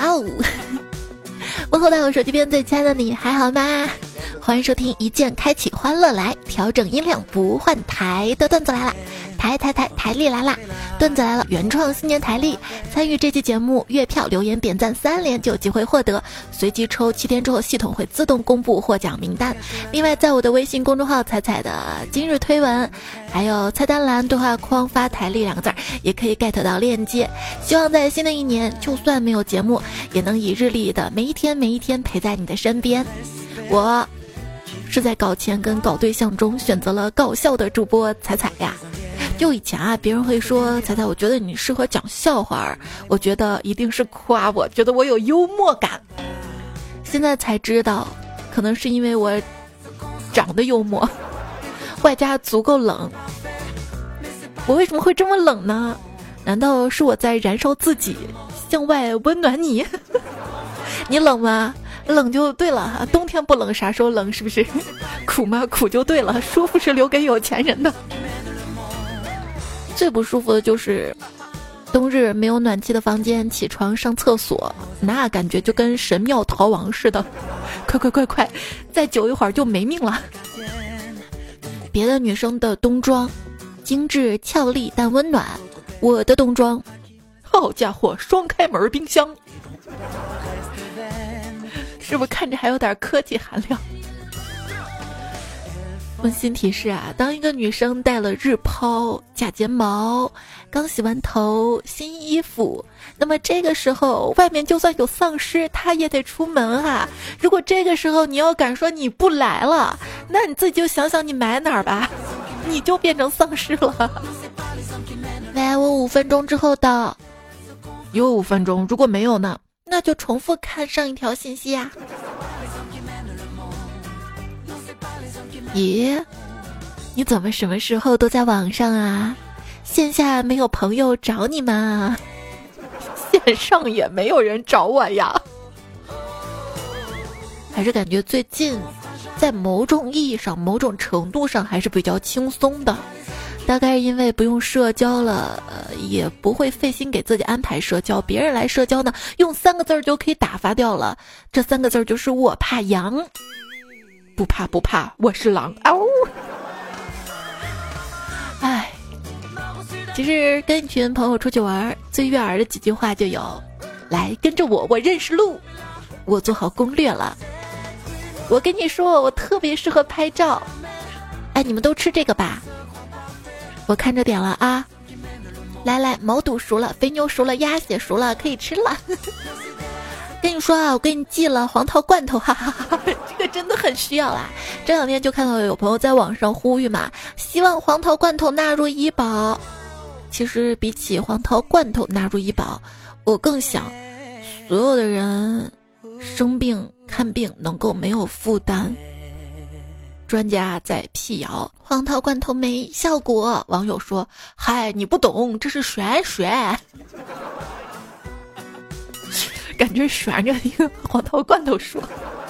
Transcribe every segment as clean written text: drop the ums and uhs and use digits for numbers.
哦，问候到我手机边最亲爱的你还好吗？欢迎收听一键开启欢乐来，调整音量不换台的段子来了，台历来啦，段子来了，原创新年台历，参与这期节目月票留言点赞3连就有机会获得，随机抽7天之后系统会自动公布获奖名单。另外在我的微信公众号彩彩的今日推文还有菜单栏对话框发台历2个字也可以 get 到链接。希望在新的一年就算没有节目也能以日历的每一天陪在你的身边。我是在搞钱跟搞对象中选择了搞笑的主播彩彩呀。就以前啊，别人会说彩彩，我觉得你适合讲笑话，我觉得一定是夸我，觉得我有幽默感。现在才知道，可能是因为我长得幽默，外加足够冷。我为什么会这么冷呢？难道是我在燃烧自己，向外温暖你？你冷吗？冷就对了，冬天不冷啥时候冷？是不是？苦吗？苦就对了，舒服是留给有钱人的。最不舒服的就是冬日没有暖气的房间，起床上厕所，那感觉就跟神庙逃亡似的。快，再久一会儿就没命了。别的女生的冬装精致俏丽但温暖，我的冬装好家伙，双开门冰箱，是不是看着还有点科技含量？温馨提示啊，当一个女生戴了日抛、假睫毛，刚洗完头、新衣服，那么这个时候外面就算有丧尸，她也得出门啊。如果这个时候你要敢说你不来了，那你自己就想想你埋哪儿吧，你就变成丧尸了。来，我5分钟之后到。有5分钟，如果没有呢，那就重复看上一条信息啊。咦，你怎么什么时候都在网上啊？线下没有朋友找你吗？线上也没有人找我呀。还是感觉最近在某种意义上、某种程度上还是比较轻松的，大概是因为不用社交了，也不会费心给自己安排社交，别人来社交呢，用3个字就可以打发掉了。这3个字就是我怕羊。不怕，我是狼。嗷！哎，其实跟一群朋友出去玩，最悦耳的几句话就有：来跟着我，我认识路，我做好攻略了。我跟你说，我特别适合拍照。哎，你们都吃这个吧？我看着点了啊。来，毛肚熟了，肥牛熟了，鸭血熟了，可以吃了。跟你说啊，我给你寄了黄桃罐头，哈哈哈，这个真的很需要啦。这2天就看到有朋友在网上呼吁嘛，希望黄桃罐头纳入医保。其实比起黄桃罐头纳入医保，我更想所有的人生病看病能够没有负担。专家在辟谣黄桃罐头没效果，网友说：嗨，你不懂，这是玄学。感觉悬着一个黄桃罐头说，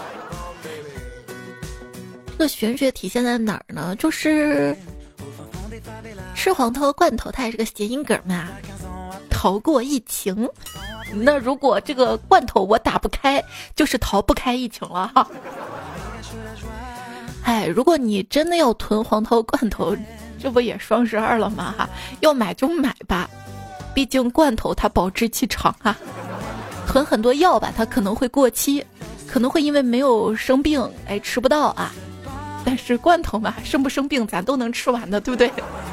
这个玄学体现在哪儿呢？就是吃黄桃罐头，它也是个谐音梗嘛，逃过疫情。那如果这个罐头我打不开，就是逃不开疫情了哈。哎，如果你真的要囤黄桃罐头，这不也双12了吗？哈，要买就买吧，毕竟罐头它保质期长啊。囤很多药吧，它可能会过期，可能会因为没有生病，哎，吃不到啊。但是罐头嘛，生不生病咱都能吃完的，对不对？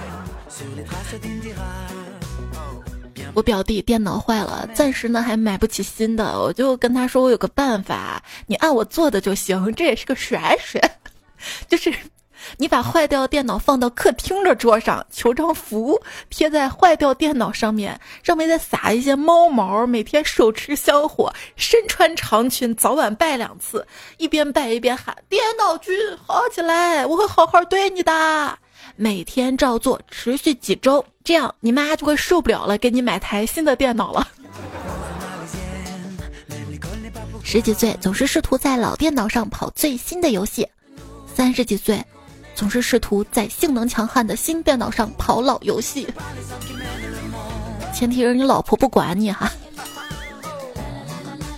我表弟电脑坏了，暂时呢还买不起新的，我就跟他说我有个办法，你按我做的就行，这也是个玄学，就是你把坏掉电脑放到客厅的桌上，求张符贴在坏掉电脑上面，上面再撒一些猫毛，每天手持香火，身穿长裙，早晚拜2次，一边拜一边喊电脑君好起来，我会好好对你的。每天照做，持续几周，这样你妈就会受不了了，给你买台新的电脑了。10几岁总是试图在老电脑上跑最新的游戏，30几岁总是试图在性能强悍的新电脑上跑老游戏，前提是你老婆不管你哈。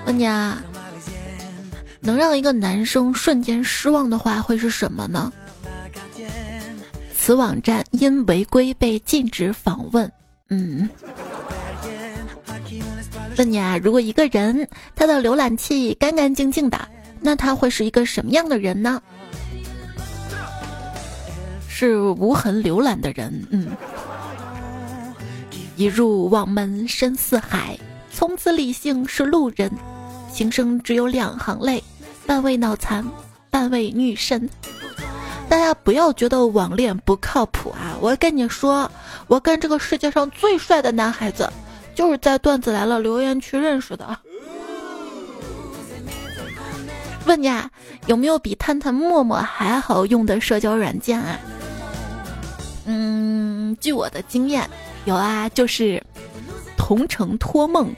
问你啊，能让一个男生瞬间失望的话会是什么呢？此网站因违规被禁止访问。问你啊，如果一个人他的浏览器干干净净的，那他会是一个什么样的人呢？是无痕浏览的人。一入网门深似海，从此理性是路人，情生只有2行泪，半为脑残，半为女神。大家不要觉得网恋不靠谱啊！我跟你说，我跟这个世界上最帅的男孩子就是在段子来了留言区认识的。问你啊，有没有比探探、陌陌还好用的社交软件啊？据我的经验，有啊，就是同城托梦。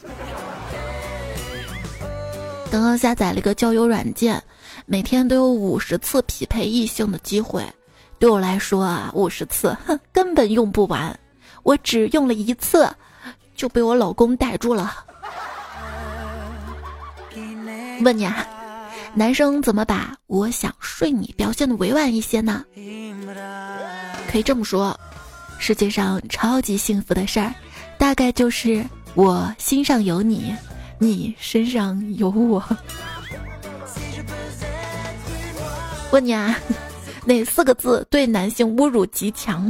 刚刚下载了一个交友软件，每天都有50次匹配异性的机会。对我来说啊，50次根本用不完，我只用了1次就被我老公逮住了。问你啊，男生怎么把我想睡你表现得委婉一些呢？可以这么说，世界上超级幸福的事儿，大概就是我心上有你，你身上有我。问你啊，哪4个字对男性侮辱极强？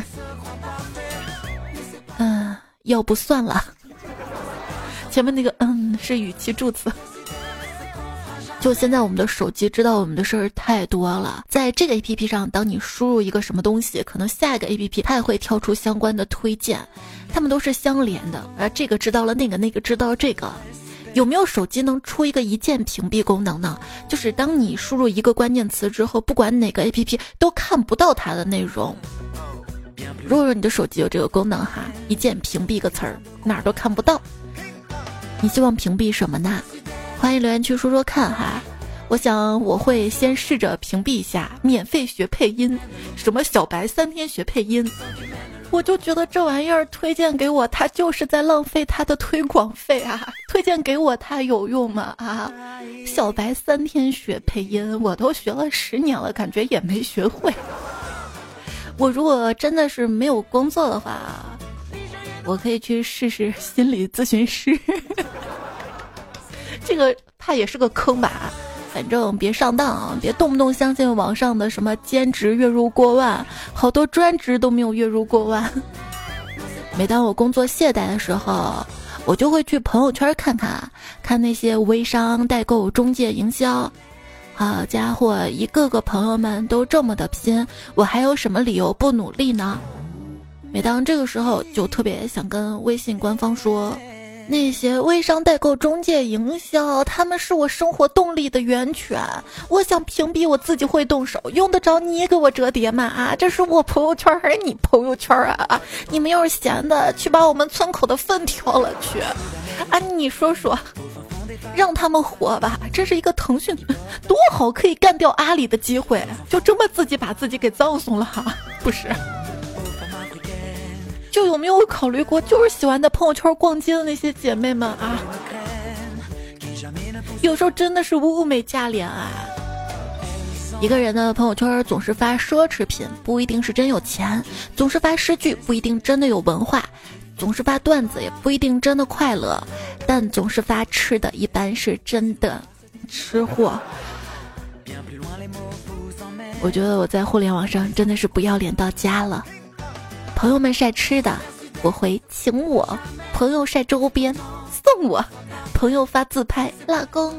要不算了，前面那个是语气助词。就现在我们的手机知道我们的事儿太多了，在这个 APP 上，当你输入一个什么东西，可能下一个 APP 它也会跳出相关的推荐，它们都是相连的，而这个知道了那个，那个知道这个。有没有手机能出一个一键屏蔽功能呢？就是当你输入一个关键词之后，不管哪个 APP 都看不到它的内容。如果说你的手机有这个功能哈，一键屏蔽一个词儿，哪儿都看不到。你希望屏蔽什么呢？欢迎留言区说说看哈，我想我会先试着屏蔽一下免费学配音，什么小白3天学配音，我就觉得这玩意儿推荐给我，他就是在浪费他的推广费啊！推荐给我他有用吗？啊，小白3天学配音，我都学了10年了，感觉也没学会。我如果真的是没有工作的话，我可以去试试心理咨询师。这个它也是个坑吧，反正别上当啊，别动不动相信网上的什么兼职月入过万，好多专职都没有月入过万。每当我工作懈怠的时候，我就会去朋友圈看看那些微商、代购、中介、营销。好家伙，一个个朋友们都这么的拼，我还有什么理由不努力呢？每当这个时候，就特别想跟微信官方说，那些微商、代购、中介、营销，他们是我生活动力的源泉。我想屏蔽，我自己会动手，用得着你给我折叠吗？啊，这是我朋友圈还是你朋友圈啊？你们要是闲的，去把我们村口的粪挑了去。啊，你说说，让他们活吧，这是一个腾讯多好可以干掉阿里的机会，就这么自己把自己给葬送了哈？不是。就有没有考虑过，就是喜欢在朋友圈逛街的那些姐妹们啊，有时候真的是物美价廉啊。一个人的朋友圈总是发奢侈品，不一定是真有钱；总是发诗句，不一定真的有文化；总是发段子，也不一定真的快乐。但总是发吃的，一般是真的吃货。我觉得我在互联网上真的是不要脸到家了。朋友们晒吃的，我回请我；朋友晒周边，送我；朋友发自拍，老公。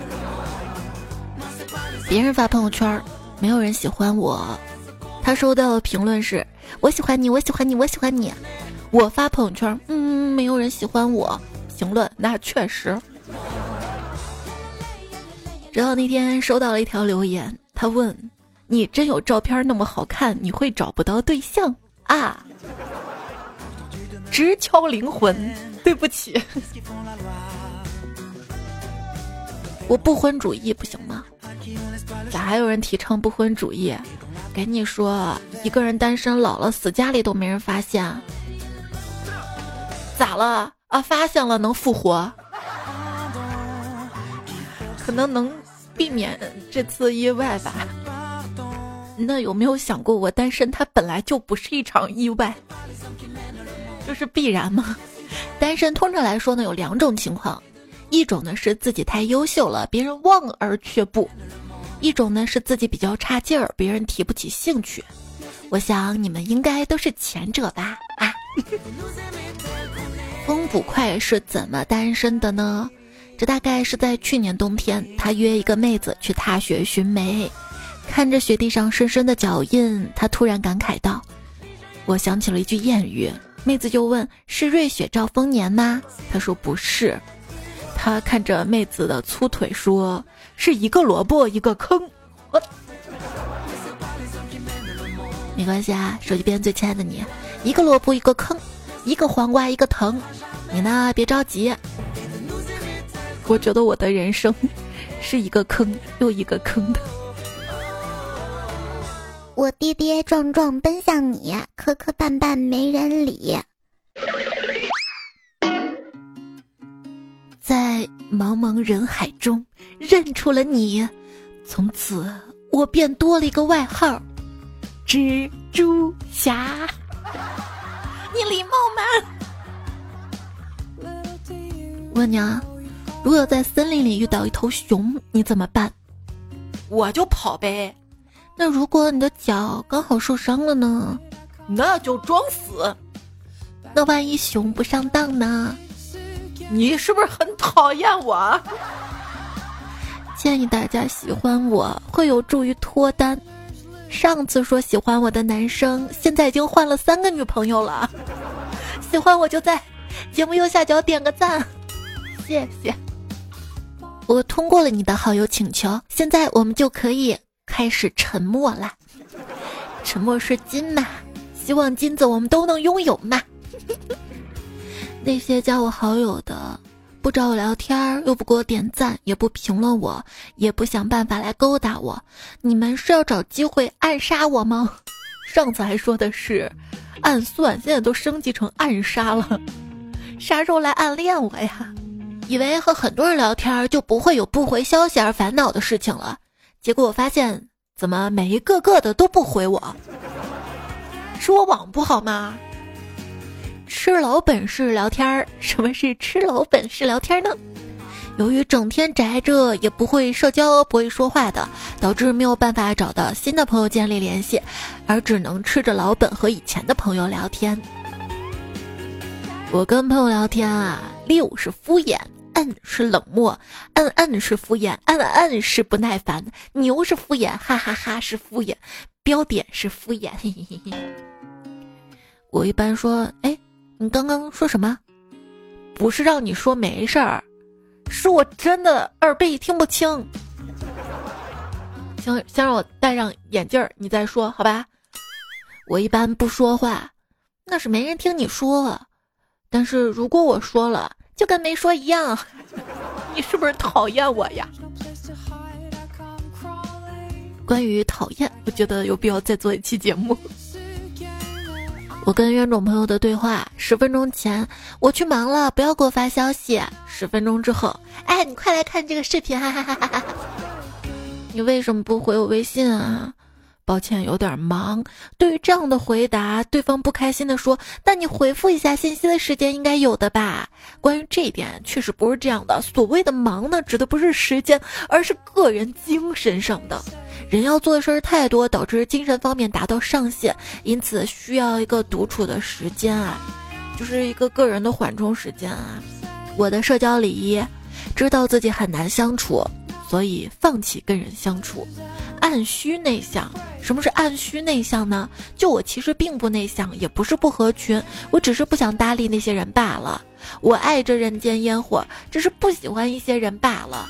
别人发朋友圈，没有人喜欢我，他收到的评论是我喜欢你，我喜欢你，我喜欢你。我发朋友圈，没有人喜欢我，评论那确实。直到那天收到了一条留言，他问你真有照片那么好看，你会找不到对象啊？直敲灵魂，对不起。我不婚主义不行吗？咋还有人提倡不婚主义？跟你说，一个人单身老了死家里都没人发现。咋了啊？发现了能复活？ 可能能避免这次意外吧。那有没有想过，我单身它本来就不是一场意外，就是必然吗？单身通常来说呢，有2种情况，一种呢是自己太优秀了，别人望而却步；一种呢是自己比较差劲儿，别人提不起兴趣。我想你们应该都是前者吧？啊，风捕快是怎么单身的呢？这大概是在去年冬天，他约一个妹子去踏雪寻梅，看着雪地上深深的脚印，他突然感慨道：我想起了一句谚语。妹子就问：是瑞雪兆丰年吗？他说不是。他看着妹子的粗腿说：是一个萝卜一个坑。没关系啊，手机边最亲爱的你，一个萝卜一个坑，一个黄瓜一个藤，你呢别着急。我觉得我的人生是一个坑又一个坑的。 我跌跌撞撞奔向你，磕磕绊绊没人理。 在茫茫人海中认出了你，从此我便多了一个外号，蜘蛛侠。你礼貌吗？问你啊，如果在森林里遇到一头熊，你怎么办？我就跑呗。那如果你的脚刚好受伤了呢？那就装死。那万一熊不上当呢？你是不是很讨厌我？建议大家喜欢我，会有助于脱单。上次说喜欢我的男生，现在已经换了3个女朋友了。喜欢我就在节目右下角点个赞，谢谢。我通过了你的好友请求，现在我们就可以开始沉默了。沉默是金嘛，希望金子我们都能拥有嘛。那些加我好友的，不找我聊天，又不给我点赞，也不评论我，也不想办法来勾搭我，你们是要找机会暗杀我吗？上次还说的是暗算，现在都升级成暗杀了，啥时候来暗恋我呀？以为和很多人聊天就不会有不回消息而烦恼的事情了，结果我发现怎么每一个个的都不回我？是我网不好吗？吃老本事聊天，什么是吃老本事聊天呢？由于整天宅着，也不会社交，不会说话的，导致没有办法找到新的朋友建立联系，而只能吃着老本和以前的朋友聊天。我跟朋友聊天啊，6是敷衍，N 是冷漠，N 是敷衍，N 是不耐烦，牛是敷衍，哈哈哈是敷衍，标点是敷衍。嘿嘿嘿嘿。我一般说，哎，你刚刚说什么？不是让你说没事儿，是我真的耳背听不清。先让我戴上眼镜儿，你再说好吧？我一般不说话，那是没人听你说。但是如果我说了，就跟没说一样。你是不是讨厌我呀？关于讨厌，我觉得有必要再做一期节目。我跟冤种朋友的对话：10分钟前我去忙了，不要给我发消息。10分钟之后，哎，你快来看这个视频，哈哈哈哈！你为什么不回我微信啊？抱歉，有点忙。对于这样的回答，对方不开心地说：但你回复一下信息的时间应该有的吧？关于这一点，确实不是这样的。所谓的忙呢，指的不是时间，而是个人精神上的。人要做的事儿太多，导致精神方面达到上限，因此需要一个独处的时间啊，就是一个个人的缓冲时间啊。我的社交礼仪，知道自己很难相处，所以放弃跟人相处。暗虚内向，什么是暗虚内向呢？就我其实并不内向，也不是不合群，我只是不想搭理那些人罢了。我爱着人间烟火，只是不喜欢一些人罢了。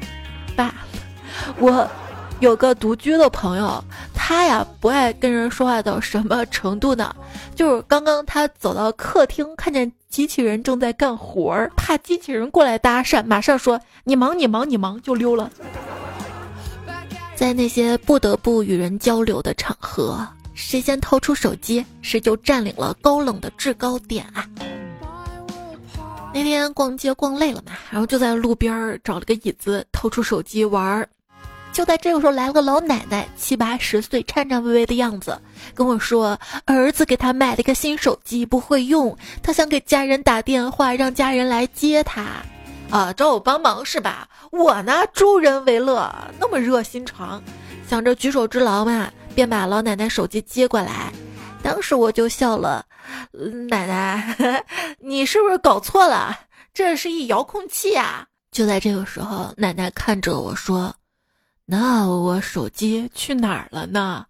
我有个独居的朋友，他呀不爱跟人说话到什么程度呢？就是刚刚他走到客厅，看见机器人正在干活儿，怕机器人过来搭讪，马上说你忙你忙你忙，就溜了。在那些不得不与人交流的场合，谁先掏出手机，谁就占领了高冷的制高点啊！ 那天逛街逛累了嘛，然后就在路边找了个椅子，掏出手机玩。就在这个时候来了个老奶奶，70-80岁，颤颤巍巍的样子，跟我说儿子给他买了个新手机，不会用，他想给家人打电话，让家人来接他。找我帮忙是吧？我呢，助人为乐，那么热心肠，想着举手之劳嘛，便把老奶奶手机接过来。当时我就笑了，奶奶，你是不是搞错了？这是一遥控器啊！就在这个时候，奶奶看着我说：“那我手机去哪儿了呢？”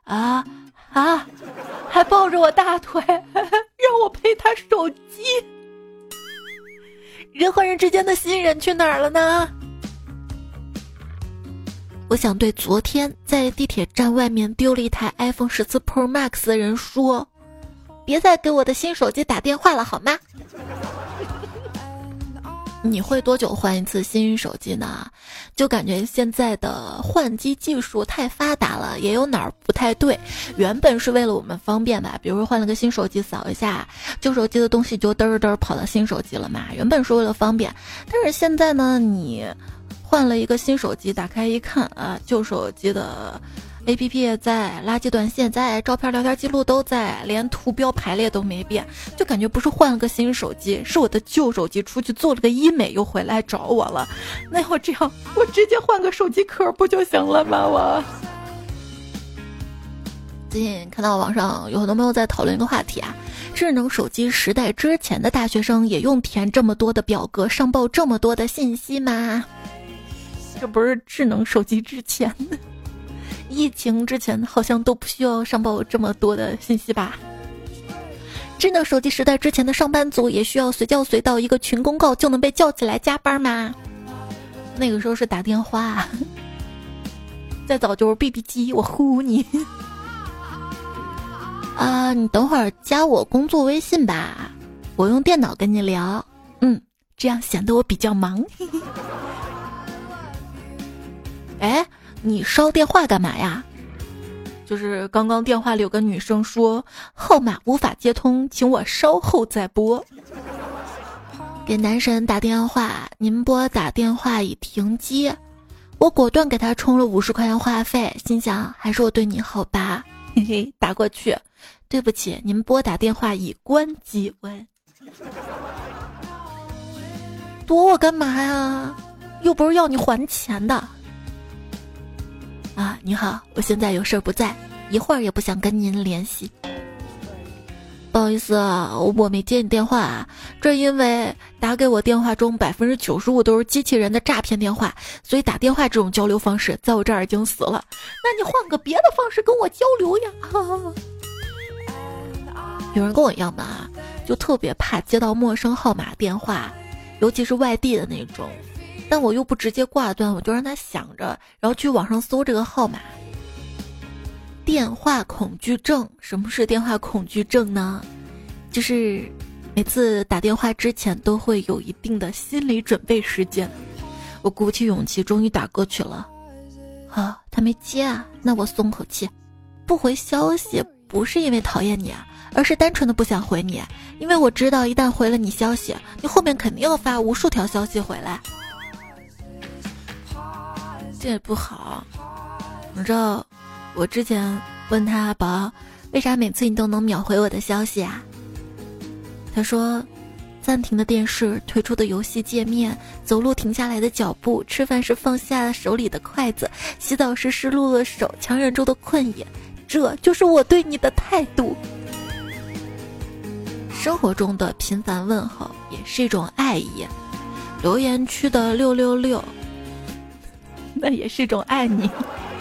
还抱着我大腿，让我陪他手机。人和人之间的信任去哪儿了呢？我想对昨天在地铁站外面丢了一台 iPhone 14 Pro Max 的人说，别再给我的新手机打电话了好吗？你会多久换一次新手机呢？就感觉现在的换机技术太发达了，也有哪儿不太对。原本是为了我们方便吧，比如说换了个新手机，扫一下旧手机的东西就嘚儿跑到新手机了嘛，原本是为了方便。但是现在呢，你换了一个新手机，打开一看啊，旧手机的 APP 也在，垃圾短信在，照片聊天记录都在，连图标排列都没变，就感觉不是换了个新手机，是我的旧手机出去做了个医美又回来找我了。那我这样，我直接换个手机壳不就行了吗？我最近看到网上有很多朋友在讨论一个话题啊，智能手机时代之前的大学生也用填这么多的表格上报这么多的信息吗？这不是智能手机之前的，疫情之前好像都不需要上报这么多的信息吧。智能手机时代之前的上班族也需要随叫随到一个群公告就能被叫起来加班吗？那个时候是打电话，再早就是 BB 机，我呼你你等会儿加我工作微信吧，我用电脑跟你聊，这样显得我比较忙。哎，你烧电话干嘛呀？就是刚刚电话里有个女生说号码无法接通，请我稍后再拨。给男神打电话，您拨打电话已停机。我果断给他充了50块钱话费，心想还是我对你好吧。嘿嘿，打过去，对不起，您拨打电话已关机。喂，躲我干嘛呀？又不是要你还钱的。你好，我现在有事不在，一会儿也不想跟您联系。不好意思啊，我没接你电话，这因为打给我电话中95%都是机器人的诈骗电话，所以打电话这种交流方式在我这儿已经死了。那你换个别的方式跟我交流呀。有人跟我一样吧，就特别怕接到陌生号码电话，尤其是外地的那种。但我又不直接挂断，我就让他想着，然后去网上搜这个号码。电话恐惧症，什么是电话恐惧症呢？就是每次打电话之前都会有一定的心理准备时间。我鼓起勇气，终于打过去了。他没接啊，那我松口气。不回消息不是因为讨厌你啊，而是单纯的不想回你，因为我知道一旦回了你消息，你后面肯定要发无数条消息回来。这也不好。你知道我之前问他宝，为啥每次你都能秒回我的消息啊？他说暂停的电视，退出的游戏界面，走路停下来的脚步，吃饭时放下手里的筷子，洗澡时湿漉了手，强忍住的困意，这就是我对你的态度。生活中的频繁问候也是一种爱意，留言区的666那也是一种爱你。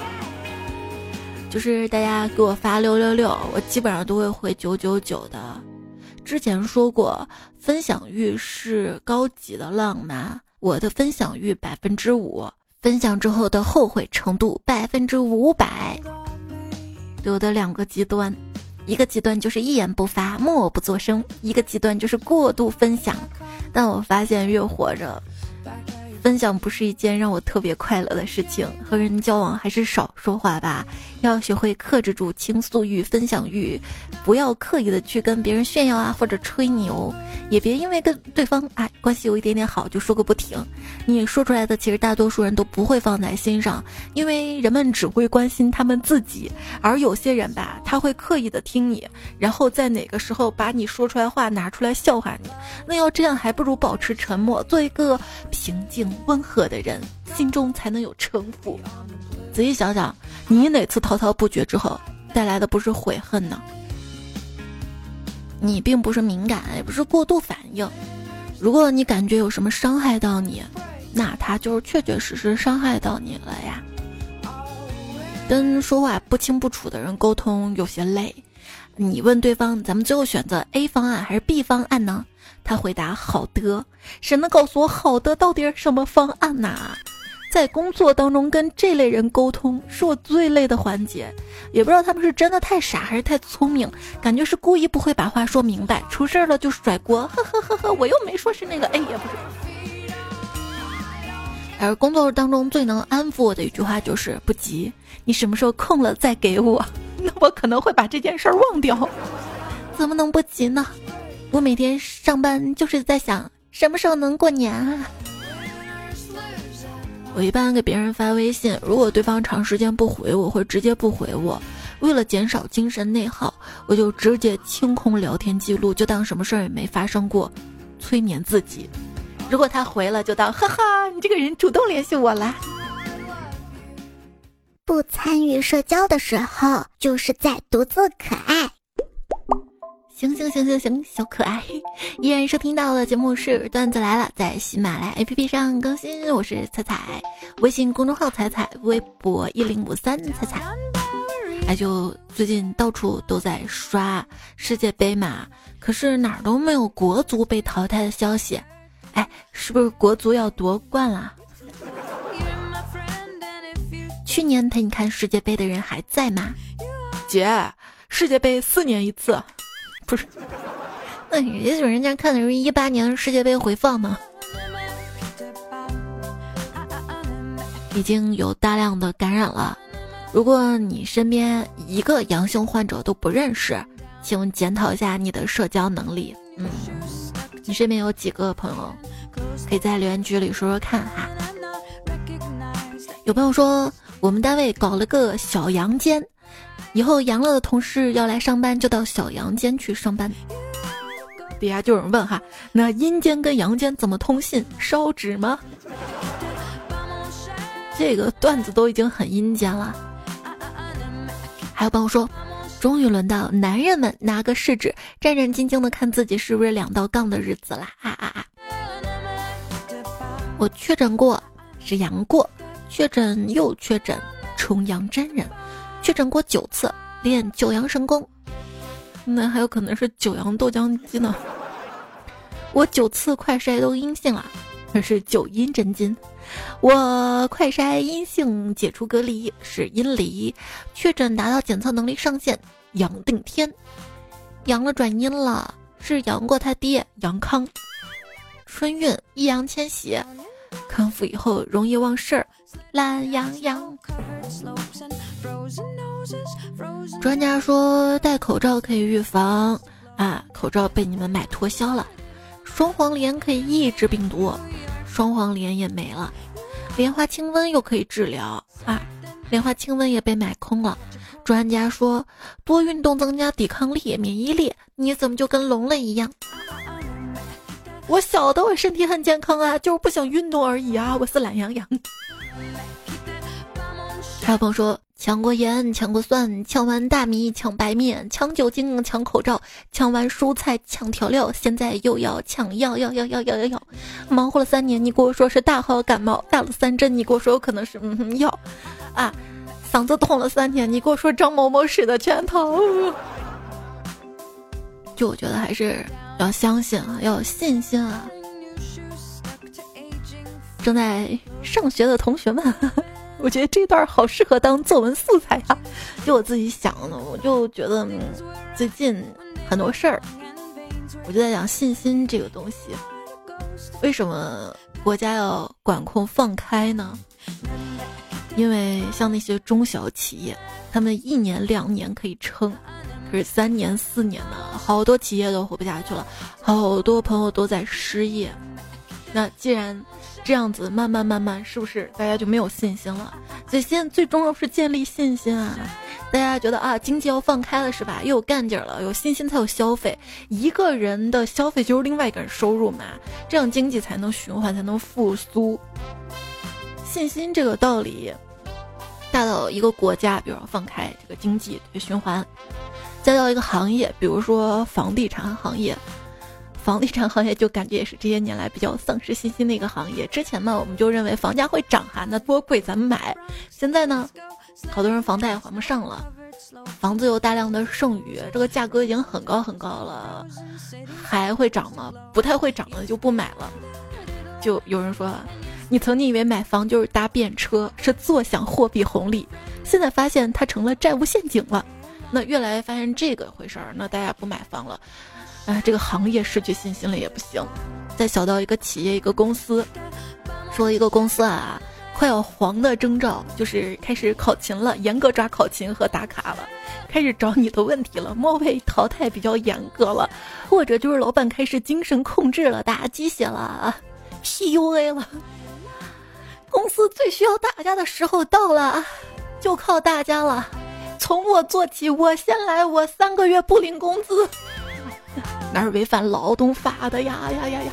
就是大家给我发666，我基本上都会回999的。之前说过分享欲是高级的浪漫，我的分享欲5%，分享之后的后悔程度500%。对我的两个极端，一个极端就是一言不发，默不作声，一个极端就是过度分享。但我发现越活着，分享不是一件让我特别快乐的事情，和人交往还是少说话吧， 要学会克制住倾诉欲、分享欲，不要刻意的去跟别人炫耀啊，或者吹牛，也别因为跟对方关系有一点点好就说个不停。你说出来的其实大多数人都不会放在心上，因为人们只会关心他们自己，而有些人吧，他会刻意的听你，然后在哪个时候把你说出来话拿出来笑话你。那要这样，还不如保持沉默，做一个平静温和的人，心中才能有城府。仔细想想，你哪次滔滔不绝之后带来的不是悔恨呢？你并不是敏感，也不是过度反应。如果你感觉有什么伤害到你，那他就是确确实实伤害到你了呀。跟说话不清不楚的人沟通有些累，你问对方咱们最后选择 A 方案还是 B 方案呢？他回答好的。谁能告诉我好的到底是什么方案呢？在工作当中跟这类人沟通是我最累的环节，也不知道他们是真的太傻还是太聪明，感觉是故意不会把话说明白，出事了就甩锅，呵呵呵呵，我又没说是那个 A 也不是。而工作当中最能安抚我的一句话就是不急，你什么时候空了再给我，那我可能会把这件事忘掉。怎么能不急呢？我每天上班就是在想什么时候能过年啊。我一般给别人发微信，如果对方长时间不回我，会直接不回我。为了减少精神内耗，我就直接清空聊天记录，就当什么事儿也没发生过，催眠自己。如果他回了，就当哈哈，你这个人主动联系我啦。 不参与社交的时候，就是在独自可爱。 行，小可爱。依然收听到的节目是段子来了，在喜马拉雅 APP 上更新。我是彩彩，微信公众号彩彩，微博1053彩彩。就最近到处都在刷世界杯嘛，可是哪儿都没有国足被淘汰的消息。是不是国足要夺冠啦？去年陪你看世界杯的人还在吗？姐，世界杯4年一次。不是，那也许人家看的是18年世界杯回放呢。已经有大量的感染了，如果你身边一个阳性患者都不认识，请检讨一下你的社交能力。你身边有几个朋友，可以在留言区里说说看哈。有朋友说我们单位搞了个小阳间，以后阳了的同事要来上班就到小阳间去上班。底下就有人问哈，那阴间跟阳间怎么通信？烧纸吗？这个段子都已经很阴间了。还有朋友说，终于轮到男人们拿个试纸战战兢兢的看自己是不是2道杠的日子了。我确诊过，是阳过，确诊又确诊，重阳真人，确诊过9次，练9阳神功。那还有可能是9阳豆浆机呢。我9次快筛都阴性了，那是9阴真经。我快筛阴性解除隔离，是阴离，确诊达到检测能力上限，阳定天，阳了转阴了，是阳过他爹阳康。春运易烊千玺，康复以后容易忘事儿，懒洋洋。专家说戴口罩可以预防口罩被你们买脱销了。双黄连可以抑制病毒，双黄连也没了。莲花清瘟又可以治疗莲花清瘟也被买空了。专家说多运动增加抵抗力免疫力，你怎么就跟聋了一样？我晓得我身体很健康就是不想运动而已我是懒洋洋。还有朋友说抢过盐抢过蒜，抢完大米抢白面，抢酒精抢口罩，抢完蔬菜抢调料，现在又要抢药。忙活了3年，你给我说是大号感冒，打了3针，你给我说有可能是药嗓子痛了3天，你给我说张某某使的拳头。就我觉得还是要相信要有信心正在上学的同学们我觉得这段好适合当作文素材就我自己想的，我就觉得最近很多事儿，我就在讲信心这个东西。为什么国家要管控放开呢？ 因为像那些中小企业，他们1年2年可以撑，可是3年4年呢，好多企业都活不下去了，好多朋友都在失业。那既然这样子慢慢，是不是大家就没有信心了？所以现在最重要是建立信心啊！大家觉得啊，经济要放开了是吧？又有干劲了，有信心才有消费。一个人的消费就是另外一个人收入嘛，这样经济才能循环，才能复苏。信心这个道理，大到一个国家，比如说放开这个经济循环，再到一个行业，比如说房地产行业。房地产行业就感觉也是这些年来比较丧失信心的一个行业。之前呢，我们就认为房价会涨哈，那多贵咱们买。现在呢，好多人房贷还不上了，房子有大量的剩余，这个价格已经很高了，还会涨吗？不太会涨的就不买了。就有人说，你曾经以为买房就是搭便车，是坐享货币红利，现在发现它成了债务陷阱了。那越来越发现这个回事儿，那大家不买房了。这个行业失去信心了也不行。再小到一个企业一个公司，说一个公司啊，快要黄的征兆就是开始考勤了，严格抓考勤和打卡了，开始找你的问题了，末位淘汰比较严格了，或者就是老板开始精神控制了，打鸡血了， PUA 了。公司最需要大家的时候到了，就靠大家了。从我做起，我先来，我3个月不领工资。哪是违反劳动法的呀！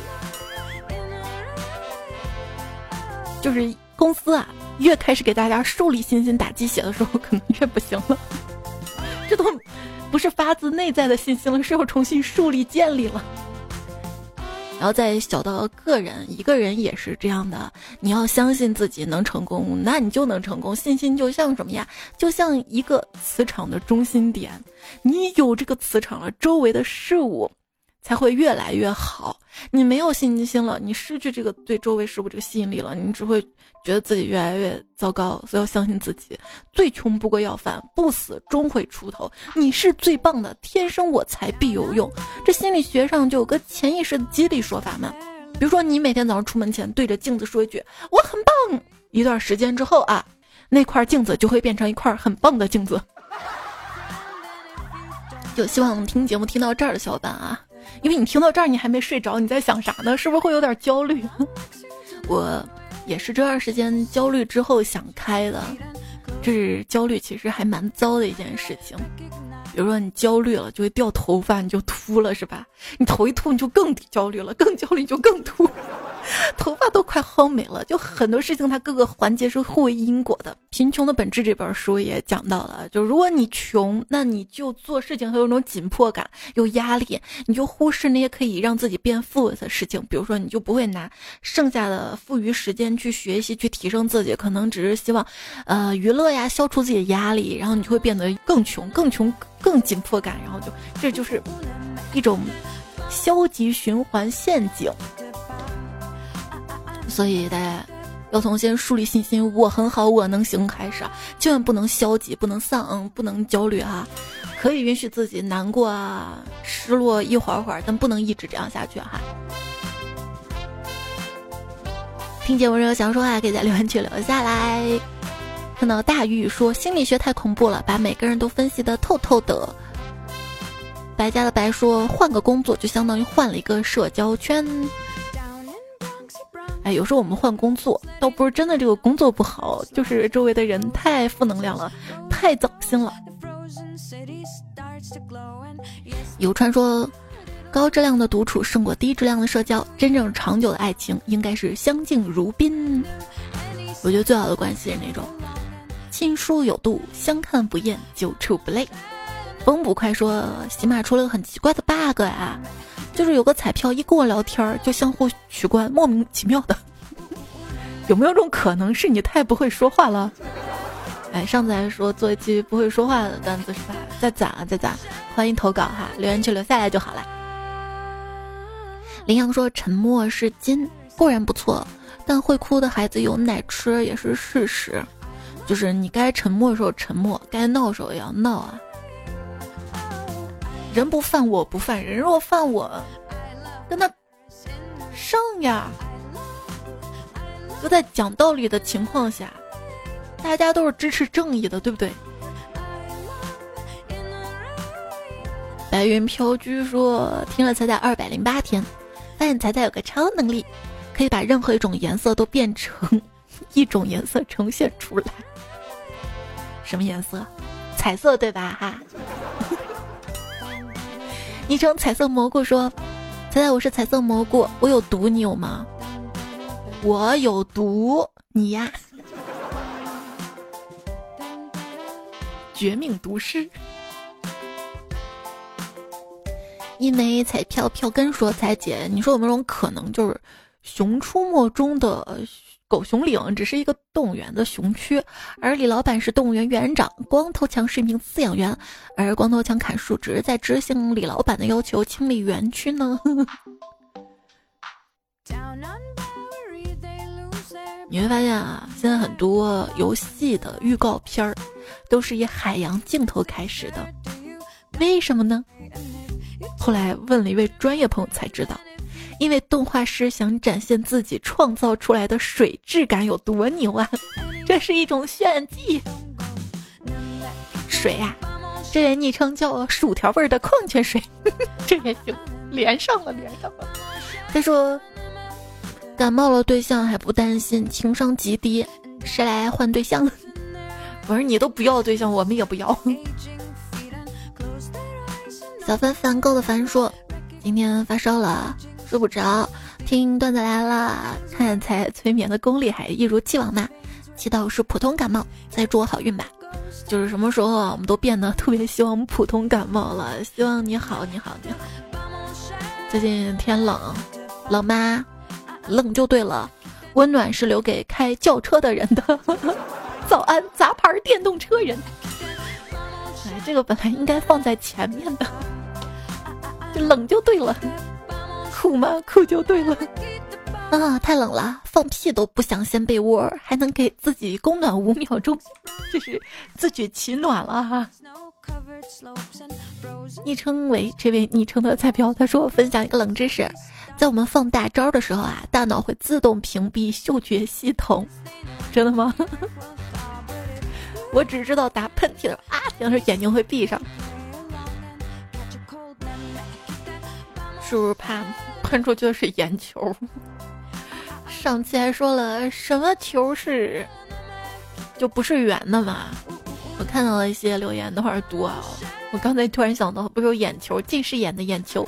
就是公司啊，越开始给大家树立信心、打鸡血的时候，可能越不行了。这都不是发自内在的信心了，是要重新树立、建立了。然后再小到个人，一个人也是这样的，你要相信自己能成功，那你就能成功。信心就像什么呀？就像一个磁场的中心点，你有这个磁场了，周围的事物才会越来越好。你没有信心了，你失去这个对周围事物这个吸引力了，你只会觉得自己越来越糟糕。所以要相信自己，最穷不过要饭，不死终会出头。你是最棒的，天生我材必有用。这心理学上就有个潜意识的激励说法嘛，比如说你每天早上出门前对着镜子说一句我很棒，一段时间之后啊，那块镜子就会变成一块很棒的镜子。就希望听节目听到这儿的小伙伴啊，因为你听到这儿你还没睡着，你在想啥呢？是不是会有点焦虑？我也是这段时间焦虑之后想开的。这是焦虑其实还蛮糟的一件事情。比如说你焦虑了就会掉头发，你就秃了是吧？你头一秃你就更焦虑了，更焦虑就更秃，头发都快薅没了。就很多事情它各个环节是互为因果的。贫穷的本质这本书也讲到了，就如果你穷，那你就做事情会有种紧迫感，有压力，你就忽视那些可以让自己变富的事情。比如说你就不会拿剩下的富余时间去学习去提升自己，可能只是希望娱乐呀，消除自己的压力，然后你就会变得更穷更紧迫感，然后这就是一种消极循环陷阱。所以大家要从先树立信心，我很好，我能行开始，千万不能消极，不能丧，不能焦虑啊。可以允许自己难过啊，失落一会儿，但不能一直这样下去哈。听节目人有想说话，可以在留言区留下来。看到大玉说心理学太恐怖了，把每个人都分析得透透的。白家的白说换个工作就相当于换了一个社交圈。有时候我们换工作倒不是真的这个工作不好，就是周围的人太负能量了，太糟心了。有传说高质量的独处胜过低质量的社交，真正长久的爱情应该是相敬如宾。我觉得最好的关系是那种亲疏有度，相看不厌，久处不累。风捕快说喜马出了个很奇怪的 bug 啊，就是有个彩票一跟我聊天就相互取关，莫名其妙的。有没有种可能是你太不会说话了？上次还说做一期不会说话的段子是吧？再攒，欢迎投稿哈，留言区留下来就好了。林阳说沉默是金固然不错，但会哭的孩子有奶吃也是事实。就是你该沉默的时候沉默，该闹的时候也要闹啊。人不犯我不犯人，若犯我跟他上呀。就在讲道理的情况下，大大家都是支持正义的，对不对？白云飘居说听了彩彩208天，发现彩彩有个超能力，可以把任何一种颜色都变成一种颜色呈现出来。什么颜色？彩色对吧？哈。昵称彩色蘑菇说，彩彩我是彩色蘑菇，我有毒你有吗？我有毒你呀。绝命毒师。一枚彩票票根说，彩姐你说有没有种可能，就是熊出没中的狗熊岭只是一个动物园的熊区，而李老板是动物园园长，光头强是一名饲养员，而光头强砍树只是在执行李老板的要求，清理园区呢？你会发现啊，现在很多游戏的预告片儿都是以海洋镜头开始的，为什么呢？后来问了一位专业朋友才知道，因为动画师想展现自己创造出来的水质感有多牛啊，这是一种炫技。水啊，这人昵称叫薯条味的矿泉水，这也行，连上了。他说感冒了对象还不担心，情商极低，谁来换对象？不是你都不要对象，我们也不要。小凡凡购的凡说，今天发烧了，睡不着，听段子来了，看才催眠的功力还一如既往嘛，祈祷是普通感冒，再祝我好运吧。就是什么时候啊，我们都变得特别希望普通感冒了，希望你好。最近天冷，冷吗？冷就对了，温暖是留给开轿车的人的。早安，杂牌电动车人。哎，这个本来应该放在前面的。冷就对了，酷吗？酷就对了。啊，太冷了，放屁都不想掀被窝，还能给自己供暖5秒钟，这是自取其暖了哈。昵称为这位昵称的彩票，他说分享一个冷知识，在我们放大招的时候啊，大脑会自动屏蔽嗅觉系统。真的吗？我只知道打喷嚏了啊，当时眼睛会闭上。是不是怕喷出去的是眼球？上期还说了什么球是就不是圆的嘛？我看到了一些留言，等会儿读啊。我刚才突然想到，不是有眼球，近视眼的眼球。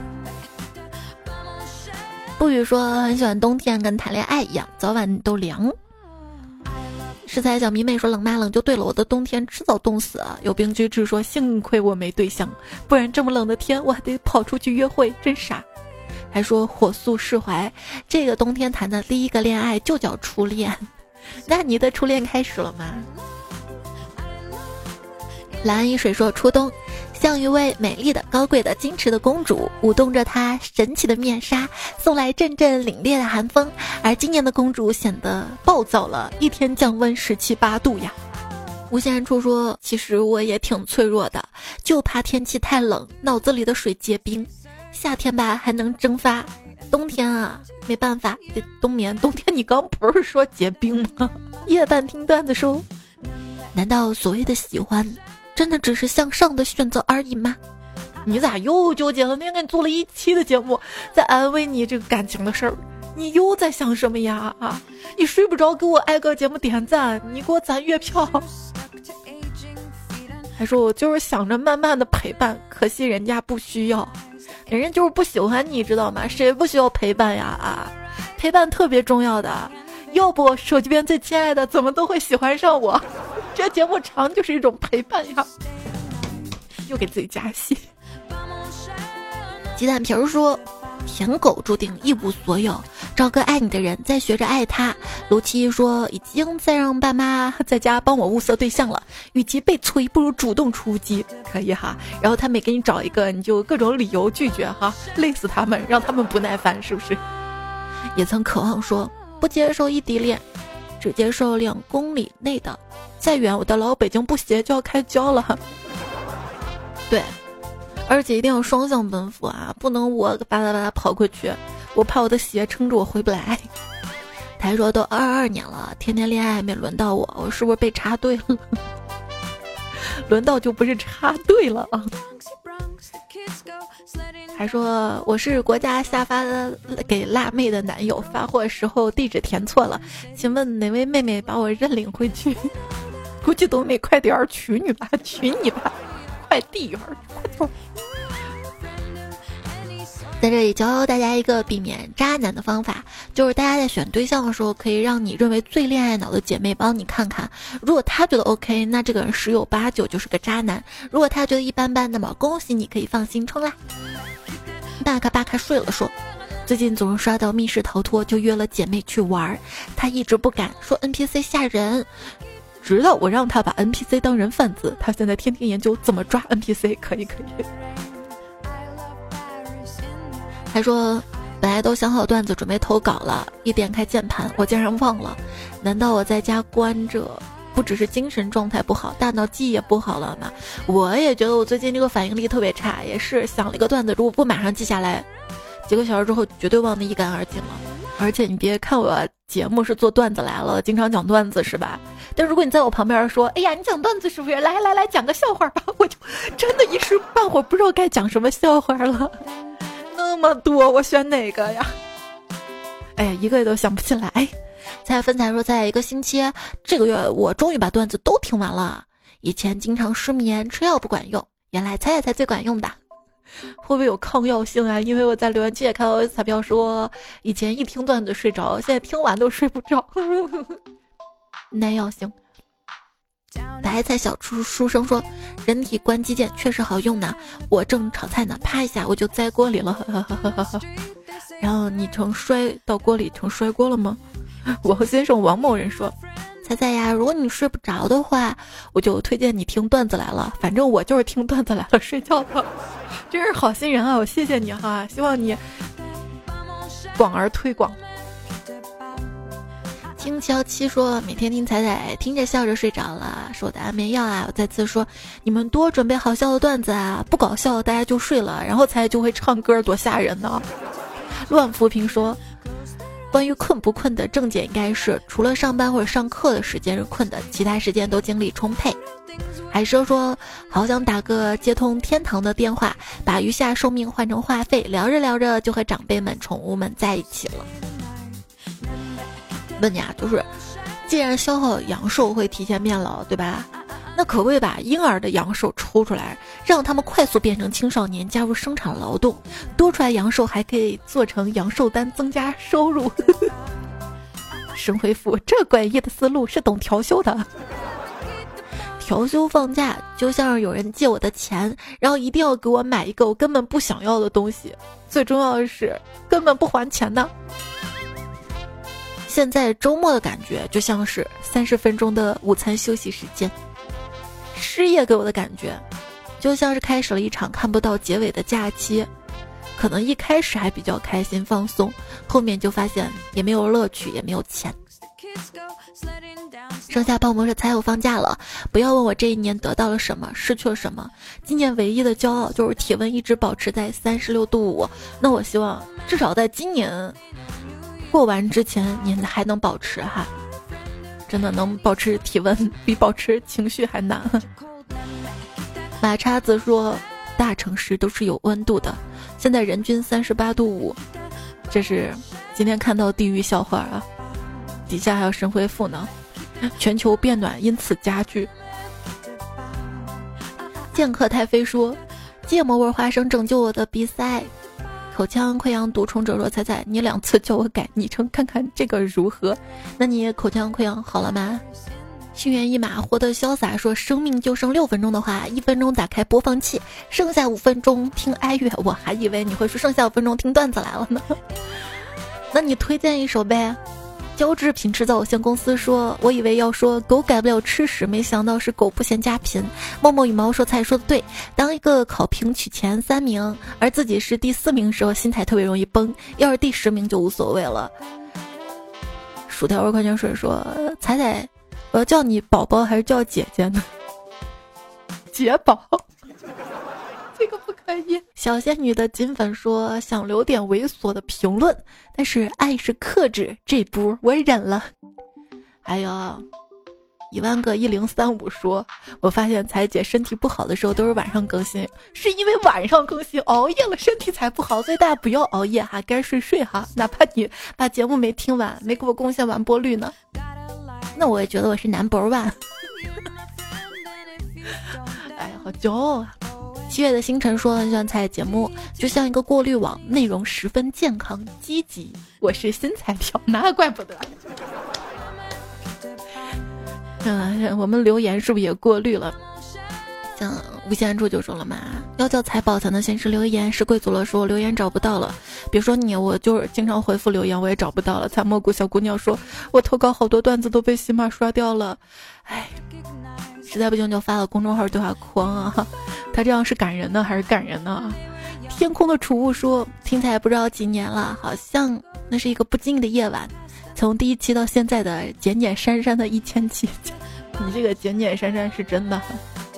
不语说很喜欢冬天，跟谈恋爱一样，早晚都凉。食材小迷妹说冷吗？冷就对了，我的冬天迟早冻死啊！有病居士说幸亏我没对象，不然这么冷的天我还得跑出去约会，真傻。还说火速释怀，这个冬天谈的第一个恋爱就叫初恋。那你的初恋开始了吗？蓝一水说初冬，像一位美丽的、高贵的、矜持的公主，舞动着她神奇的面纱，送来阵阵凛冽的寒风。而今年的公主显得暴躁了，一天降温17、8度呀。无限处说，其实我也挺脆弱的，就怕天气太冷，脑子里的水结冰。夏天吧还能蒸发，冬天啊没办法得冬眠。冬天你刚不是说结冰吗？夜半听段子说，难道所谓的喜欢真的只是向上的选择而已吗？你咋又纠结了？那天给你做了1期的节目，在安慰你这个感情的事儿，你又在想什么呀？啊，你睡不着给我挨个节目点赞，你给我攒月票，还说我就是想着慢慢的陪伴，可惜人家不需要，人家就是不喜欢你，知道吗？谁不需要陪伴呀？啊，陪伴特别重要的，要不手机边最亲爱的怎么都会喜欢上我？这节目长就是一种陪伴呀。又给自己加戏。鸡蛋皮儿说，舔狗注定一无所有，找个爱你的人，再学着爱他。卢七说，已经在让爸妈在家帮我物色对象了，与其被催，不如主动出击，可以哈。然后他每给你找一个，你就各种理由拒绝哈，累死他们，让他们不耐烦，是不是？也曾渴望说，不接受异地恋，只接受2公里内的，再远我的老北京不鞋就要开胶了。对，而且一定要双向奔赴啊，不能我巴拉巴拉跑过去，我怕我的鞋撑着我回不来。 他说都22年了，天天恋爱没轮到我，我是不是被插队了？轮到就不是插队了啊。还说我是国家下发给辣妹的男友，发货时候地址填错了，请问哪位妹妹把我认领回去？估计都没快点儿娶你吧，娶你吧，快递员，快走！在这里教大家一个避免渣男的方法，就是大家在选对象的时候，可以让你认为最恋爱脑的姐妹帮你看看，如果她觉得 OK， 那这个人10有8九就是个渣男；如果她觉得一般般，那么恭喜你，可以放心冲啦。大咖巴卡睡了说，最近总是刷到密室逃脱，就约了姐妹去玩，她一直不敢，说 NPC 吓人，直到我让她把 NPC 当人贩子，她现在天天研究怎么抓 NPC， 可以。还说本来都想好段子准备投稿了，一点开键盘我竟然忘了，难道我在家关着不只是精神状态不好，大脑记忆也不好了吗？我也觉得我最近这个反应力特别差，也是想了一个段子，如果不马上记下来，几个小时之后绝对忘得一干二净了。而且你别看我节目是做段子来了，经常讲段子是吧？但如果你在我旁边说，哎呀你讲段子是不是？来讲个笑话吧，我就真的一时半会儿不知道该讲什么笑话了。那么多，我选哪个呀？哎呀，一个都想不起来。才分才说，在一个星期，这个月我终于把段子都听完了。以前经常失眠，吃药不管用，原来猜最管用的。会不会有抗药性啊？因为我在留言区也看到彩票说，以前一听段子睡着，现在听完都睡不着。耐药性。白菜小书生说，人体关机键确实好用呢，我正炒菜呢，啪一下我就栽锅里了。然后你摔到锅里成摔锅了吗？我先生王某人说，彩彩呀，如果你睡不着的话，我就推荐你听段子来了，反正我就是听段子来了睡觉的。真是好心人啊，我谢谢你哈，希望你广而推广。轻敲七说，每天听彩彩听着笑着睡着了，是我的安眠药啊。我再次说，你们多准备好笑的段子啊，不搞笑大家就睡了，然后彩彩就会唱歌，多吓人呢。乱扶贫说，关于困不困的正解应该是除了上班或者上课的时间是困的，其他时间都精力充沛。海蛇说，好想打个接通天堂的电话，把余下寿命换成话费，聊着聊着就和长辈们宠物们在一起了。问你啊，就是既然消耗阳寿会提前变老，对吧？那可不可以把婴儿的阳寿抽出来，让他们快速变成青少年，加入生产劳动，多出来阳寿还可以做成阳寿单，增加收入。神回复，这诡异的思路是懂调休的。调休放假就像是有人借我的钱，然后一定要给我买一个我根本不想要的东西，最重要的是根本不还钱呢。现在周末的感觉就像是30分钟的午餐休息时间，失业给我的感觉就像是开始了一场看不到结尾的假期，可能一开始还比较开心放松，后面就发现也没有乐趣，也没有钱。剩下泡沫是才有放假了，不要问我这一年得到了什么，失去了什么。今年唯一的骄傲就是体温一直保持在36度5，那我希望至少在今年过完之前你还能保持哈，真的能保持体温比保持情绪还难。马叉子说，大城市都是有温度的，现在人均38度5，这是今天看到地狱笑话啊。底下还有神回复呢，全球变暖因此加剧。剑客太妃说，芥末味花生拯救我的鼻塞。口腔溃疡毒虫者说，彩彩你2次叫我改昵称看看这个如何，那你口腔溃疡好了吗？心猿意马活得潇洒说，生命就剩6分钟的话，1分钟打开播放器，剩下5分钟听哀乐。我还以为你会说剩下5分钟听段子来了呢。那你推荐一首呗。胶质品制造有限公司说，我以为要说狗改不了吃屎，没想到是狗不嫌家贫。默默羽毛说，才说的对，当一个考评取前3名而自己是第4名时候，心态特别容易崩，要是第10名就无所谓了。薯条味矿泉水说，彩彩我要叫你宝宝还是叫姐姐呢？姐宝这个不可以。小仙女的金粉说想留点猥琐的评论，但是爱是克制，这波我忍了。还有10000个1035说，我发现彩姐身体不好的时候都是晚上更新，是因为晚上更新熬夜了身体才不好，所以大家不要熬夜哈，该睡睡哈，哪怕你把节目没听完，没给我贡献完播率呢，那我也觉得我是number one。哎呀，好骄傲啊！7月的星辰说很喜欢彩节目，就像一个过滤网，内容十分健康积极。我是新彩票，那怪不得。我们留言是不是也过滤了？像无限处就说了嘛，要叫财宝才能显示留言，是贵族了说留言找不到了。别说你，我就是经常回复留言，我也找不到了。采蘑菇小姑娘说，我投稿好多段子都被喜马刷掉了，哎，实在不行就发了公众号对话框啊。他这样是感人呢还是感人呢？天空的储物说，听起来不知道几年了，好像那是一个不经意的夜晚，从第1期到现在的简简珊珊的1000期，你这个简简珊珊是真的。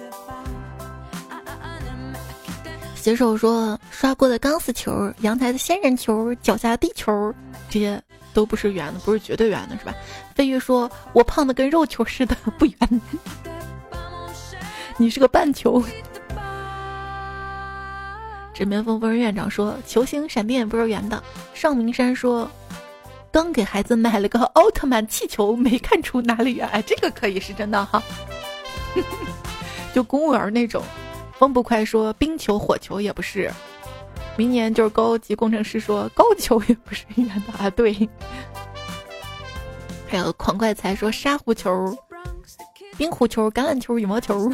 写手说，刷过的钢丝球、阳台的仙人球、脚下的地球，这些都不是圆的，不是绝对圆的，是吧？飞鱼说，我胖的跟肉球似的，不圆。你是个半球。枕边风风院长说，球形闪电不是圆的。尚明山说，刚给孩子买了个奥特曼气球，没看出哪里圆。哎，这个可以是真的哈。就公务员那种。风不快说，冰球火球也不是。明年就是高级工程师说，高球也不是圆的啊。对。还有狂怪才说，沙狐球、冰壶球、橄榄球、羽毛球。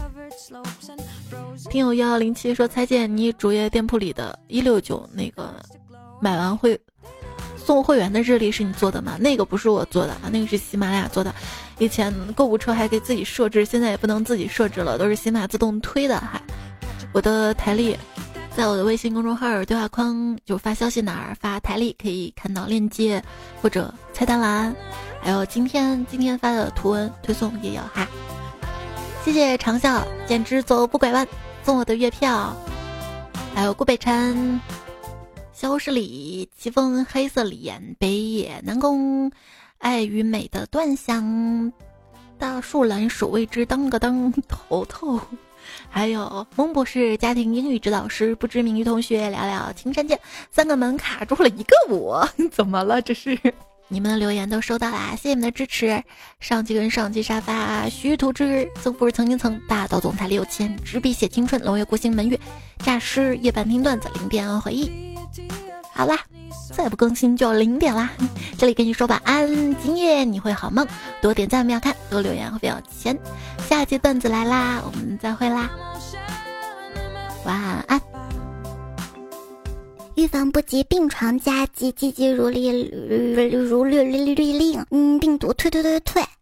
听友1107说，彩姐，你主页店铺里的169那个买完会送会员的日历是你做的吗？那个不是我做的啊，那个是喜马拉雅做的。以前购物车还给自己设置，现在也不能自己设置了，都是喜马自动推的。还我的台历在我的微信公众号对话框，就发消息哪儿发台历可以看到链接或者菜单栏，还有今天发的图文推送也有哈。谢谢长笑，简直走不拐弯送我的月票，还有顾北辰、萧十里、奇峰、黑色李岩、北野南宫、爱与美的断香、大树兰守卫之当个当头头，还有蒙博士家庭英语指导师、不知名女同学聊聊青山剑，3个门卡住了1个我，怎么了这是？你们的留言都收到啦，谢谢你们的支持。上期跟上期沙发、徐图之、曾富是曾经曾、大岛总裁李有谦、执笔写青春、龙月孤星门月、诈尸、夜半听段子、零点回忆。好啦，再不更新就0点啦。这里跟你说晚安，今夜你会好梦。多点赞秒看，多留言会比较钱。下期段子来啦，我们再会啦，晚安。 预防不及病床加急，急急如律令，病毒退。